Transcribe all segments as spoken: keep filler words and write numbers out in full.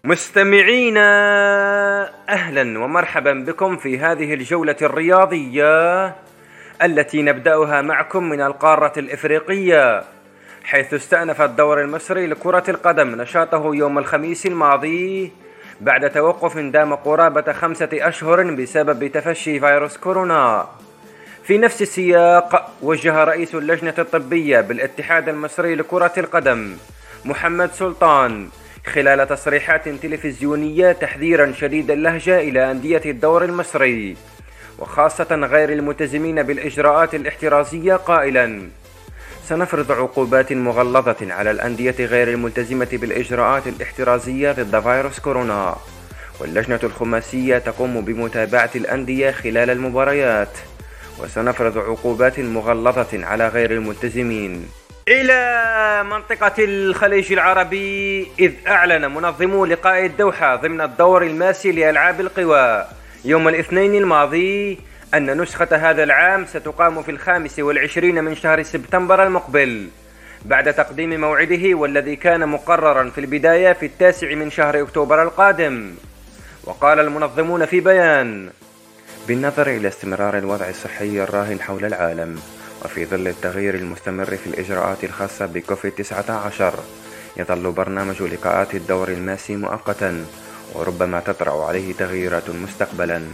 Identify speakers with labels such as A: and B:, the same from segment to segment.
A: مستمعينا، أهلا ومرحبا بكم في هذه الجولة الرياضية التي نبدأها معكم من القارة الإفريقية، حيث استأنف الدور المصري لكرة القدم نشاطه يوم الخميس الماضي بعد توقف دام قرابة خمسة أشهر بسبب تفشي فيروس كورونا. في نفس السياق وجه رئيس اللجنة الطبية بالاتحاد المصري لكرة القدم محمد سلطان خلال تصريحات تلفزيونية تحذيرا شديد اللهجة إلى أندية الدور المصري وخاصة غير الملتزمين بالإجراءات الاحترازية قائلا: سنفرض عقوبات مغلظة على الأندية غير الملتزمة بالإجراءات الاحترازية ضد فيروس كورونا، واللجنة الخماسية تقوم بمتابعة الأندية خلال المباريات، وسنفرض عقوبات مغلظة على غير الملتزمين. إلى منطقة الخليج العربي، إذ أعلن منظمو لقاء الدوحة ضمن الدور الماسي لألعاب القوى يوم الاثنين الماضي أن نسخة هذا العام ستقام في الخامس والعشرين من شهر سبتمبر المقبل بعد تقديم موعده، والذي كان مقررا في البداية في التاسع من شهر أكتوبر القادم. وقال المنظمون في بيان: بالنظر إلى استمرار الوضع الصحي الراهن حول العالم، وفي ظل التغيير المستمر في الإجراءات الخاصة بكوفيد تسعة عشر، يظل برنامج لقاءات الدور الماسي مؤقتا، وربما تطرأ عليه تغييرات مستقبلا.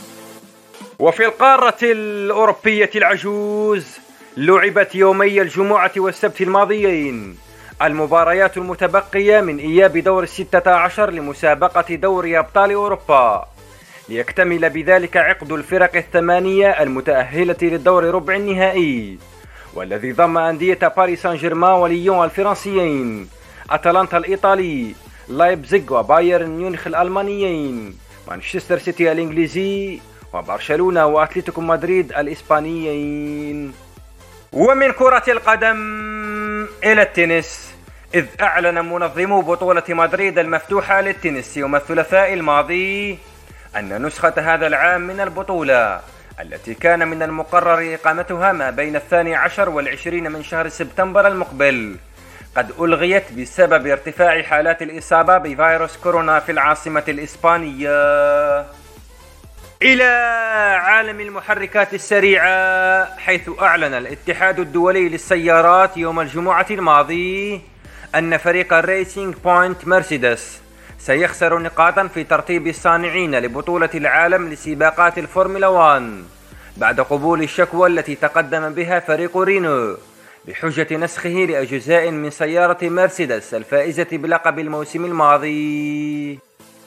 A: وفي القارة الأوروبية العجوز، لعبت يومي الجمعة والسبت الماضيين المباريات المتبقية من إياب دور الستة عشر لمسابقة دوري أبطال أوروبا، ليكتمل بذلك عقد الفرق الثمانية المتأهلة للدور ربع النهائي، والذي ضم أندية باريس سان جيرمان وليون الفرنسيين، أتلانتا الإيطالي، لايبزيغ وبايرن ميونخ الألمانيين، مانشستر سيتي الإنجليزي، وبرشلونة وأتلتيكو مدريد الإسبانيين. ومن كرة القدم إلى التنس، إذ أعلن منظمو بطولة مدريد المفتوحة للتنس يوم الثلاثاء الماضي أن نسخة هذا العام من البطولة، التي كان من المقرر إقامتها ما بين الثاني عشر والعشرين من شهر سبتمبر المقبل، قد ألغيت بسبب ارتفاع حالات الإصابة بفيروس كورونا في العاصمة الإسبانية. إلى عالم المحركات السريعة، حيث أعلن الاتحاد الدولي للسيارات يوم الجمعة الماضي أن فريق الريسينج بوينت مرسيدس سيخسر نقاطا في ترتيب الصانعين لبطولة العالم لسباقات الفورمولا واحد بعد قبول الشكوى التي تقدم بها فريق رينو بحجة نسخه لأجزاء من سيارة مرسيدس الفائزة بلقب الموسم الماضي.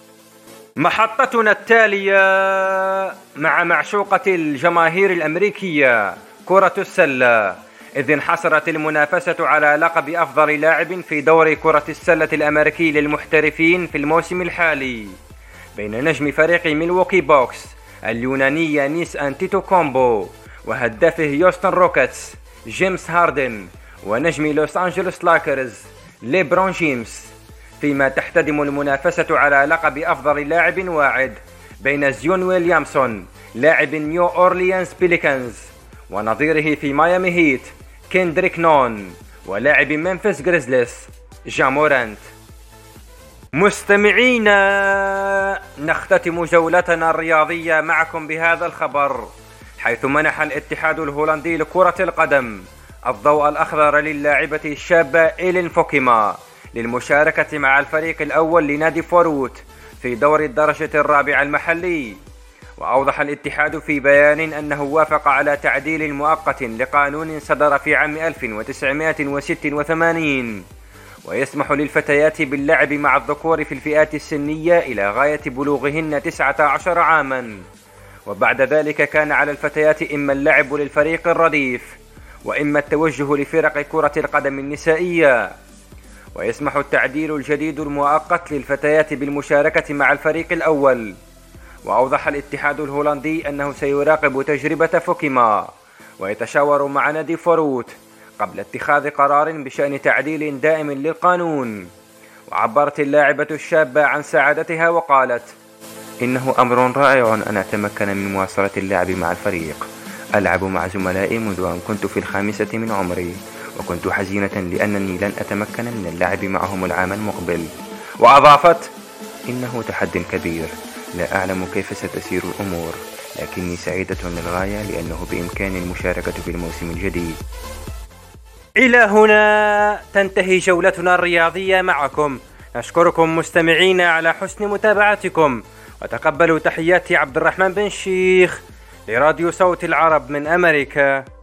A: محطتنا التالية مع معشوقة الجماهير الأمريكية كرة السلة، إذ انحصرت المنافسة على لقب أفضل لاعب في دوري كرة السلة الأمريكي للمحترفين في الموسم الحالي بين نجم فريق ميلواukee بوكس اليوناني يانيس أنتيتوكومبو وهدافه هيوستن روكيتس جيمس هاردن ونجم لوس أنجلوس لاكرز ليبرون جيمس، فيما تحتدم المنافسة على لقب أفضل لاعب واعد بين زيون ويليامسون لاعب نيو أورليانز بيليكنز ونظيره في ميامي هيت كيندريك نون ولاعب ممفيس غريزليز جا مورانت. مستمعينا، نختتم جولتنا الرياضية معكم بهذا الخبر، حيث منح الاتحاد الهولندي لكرة القدم الضوء الأخضر للاعبة الشابة إيلين فوكيما للمشاركة مع الفريق الأول لنادي فوروت في دور الدرجة الرابعة المحلي. وأوضح الاتحاد في بيان أنه وافق على تعديل مؤقت لقانون صدر في عام ألف وتسعمائة وستة وثمانين ويسمح للفتيات باللعب مع الذكور في الفئات السنية إلى غاية بلوغهن تسعة عشر عاما، وبعد ذلك كان على الفتيات إما اللعب للفريق الرديف وإما التوجه لفرق كرة القدم النسائية. ويسمح التعديل الجديد المؤقت للفتيات بالمشاركة مع الفريق الأول. وأوضح الاتحاد الهولندي أنه سيراقب تجربة فوكيما ويتشاور مع نادي فوروت قبل اتخاذ قرار بشأن تعديل دائم للقانون. وعبرت اللاعبة الشابة عن سعادتها وقالت: إنه أمر رائع أن أتمكن من مواصلة اللعب مع الفريق. ألعب مع زملائي منذ أن كنت في الخامسة من عمري، وكنت حزينة لأنني لن أتمكن من اللعب معهم العام المقبل. وأضافت: إنه تحد كبير، لا أعلم كيف ستسير الأمور، لكني سعيدة للغاية لأنه بإمكاني المشاركة في الموسم الجديد. إلى هنا تنتهي جولتنا الرياضية معكم. نشكركم مستمعينا على حسن متابعتكم، وتقبلوا تحيات عبد الرحمن بن شيخ لراديو صوت العرب من أمريكا.